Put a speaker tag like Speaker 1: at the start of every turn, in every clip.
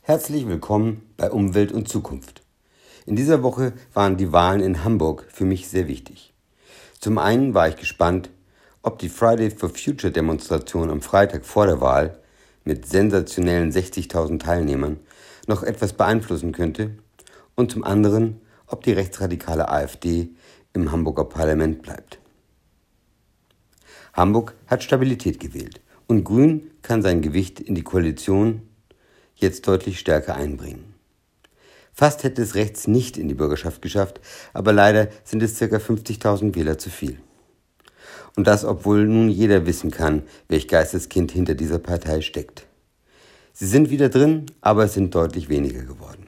Speaker 1: Herzlich willkommen bei Umwelt und Zukunft. In dieser Woche waren die Wahlen in Hamburg für mich sehr wichtig. Zum einen war ich gespannt, ob die Friday for Future Demonstration am Freitag vor der Wahl mit sensationellen 60.000 Teilnehmern noch etwas beeinflussen könnte und zum anderen, ob die rechtsradikale AfD im Hamburger Parlament bleibt. Hamburg hat Stabilität gewählt und Grün kann sein Gewicht in die Koalition jetzt deutlich stärker einbringen. Fast hätte es rechts nicht in die Bürgerschaft geschafft, aber leider sind es ca. 50.000 Wähler zu viel. Und das, obwohl nun jeder wissen kann, welch Geisteskind hinter dieser Partei steckt. Sie sind wieder drin, aber es sind deutlich weniger geworden.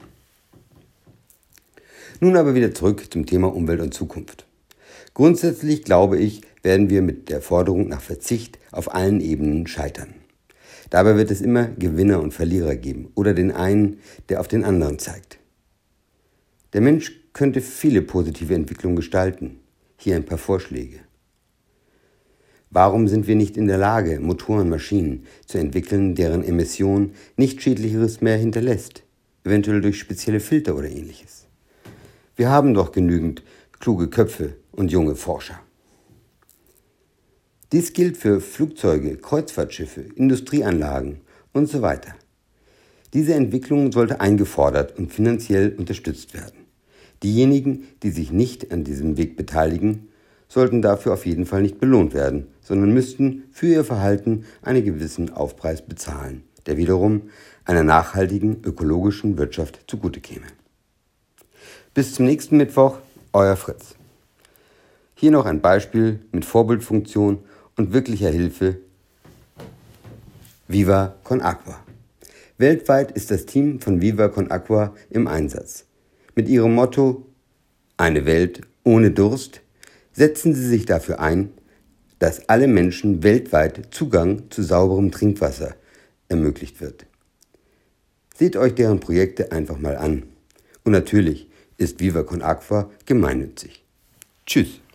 Speaker 1: Nun aber wieder zurück zum Thema Umwelt und Zukunft. Grundsätzlich glaube ich, werden wir mit der Forderung nach Verzicht auf allen Ebenen scheitern. Dabei wird es immer Gewinner und Verlierer geben oder den einen, der auf den anderen zeigt. Der Mensch könnte viele positive Entwicklungen gestalten. Hier ein paar Vorschläge. Warum sind wir nicht in der Lage, Motoren, Maschinen zu entwickeln, deren Emission nichts Schädlicheres mehr hinterlässt, eventuell durch spezielle Filter oder ähnliches? Wir haben doch genügend kluge Köpfe und junge Forscher. Dies gilt für Flugzeuge, Kreuzfahrtschiffe, Industrieanlagen und so weiter. Diese Entwicklung sollte eingefordert und finanziell unterstützt werden. Diejenigen, die sich nicht an diesem Weg beteiligen, sollten dafür auf jeden Fall nicht belohnt werden, sondern müssten für ihr Verhalten einen gewissen Aufpreis bezahlen, der wiederum einer nachhaltigen ökologischen Wirtschaft zugute käme. Bis zum nächsten Mittwoch, euer Fritz. Hier noch ein Beispiel mit Vorbildfunktion und wirklicher Hilfe. Viva Con Agua. Weltweit ist das Team von Viva Con Agua im Einsatz. Mit ihrem Motto "Eine Welt ohne Durst" setzen sie sich dafür ein, dass alle Menschen weltweit Zugang zu sauberem Trinkwasser ermöglicht wird. Seht euch deren Projekte einfach mal an. Und natürlich ist Viva Con Agua gemeinnützig. Tschüss.